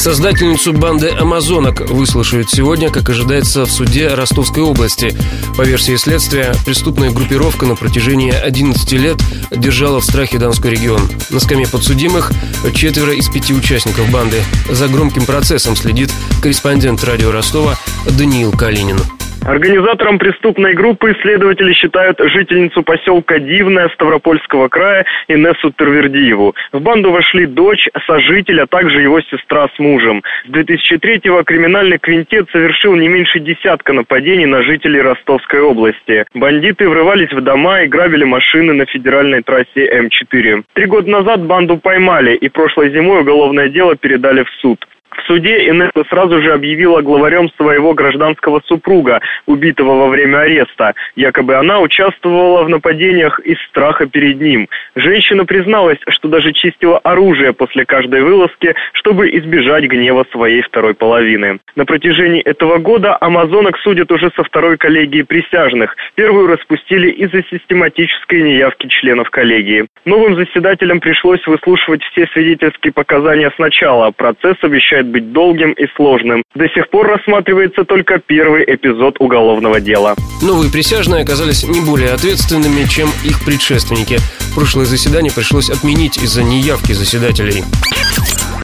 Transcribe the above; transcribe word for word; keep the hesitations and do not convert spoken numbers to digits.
Создательницу банды «Амазонок» выслушают сегодня, как ожидается, в суде Ростовской области. По версии следствия, преступная группировка на протяжении одиннадцати лет держала в страхе Донской регион. На скамье подсудимых четверо из пяти участников банды. За громким процессом следит корреспондент радио Ростова Даниил Калинин. Организатором преступной группы следователи считают жительницу поселка Дивное Ставропольского края Инессу Тервердиеву. В банду вошли дочь, сожитель, а также его сестра с мужем. С две тысячи третьего криминальный квинтет совершил не меньше десятка нападений на жителей Ростовской области. Бандиты врывались в дома и грабили машины на федеральной трассе эм четыре. Три года назад банду поймали, и прошлой зимой уголовное дело передали в суд. В суде Инесса сразу же объявила главарем своего гражданского супруга, убитого во время ареста. Якобы она участвовала в нападениях из страха перед ним. Женщина призналась, что даже чистила оружие после каждой вылазки, чтобы избежать гнева своей второй половины. На протяжении этого года амазонок судят уже со второй коллегии присяжных. Первую распустили из-за систематической неявки членов коллегии. Новым заседателям пришлось выслушивать все свидетельские показания сначала. Процесс обещает быть долгим и сложным. До сих пор рассматривается только первый эпизод уголовного дела. Новые присяжные оказались не более ответственными, чем их предшественники. Прошлое заседание пришлось отменить из-за неявки заседателей.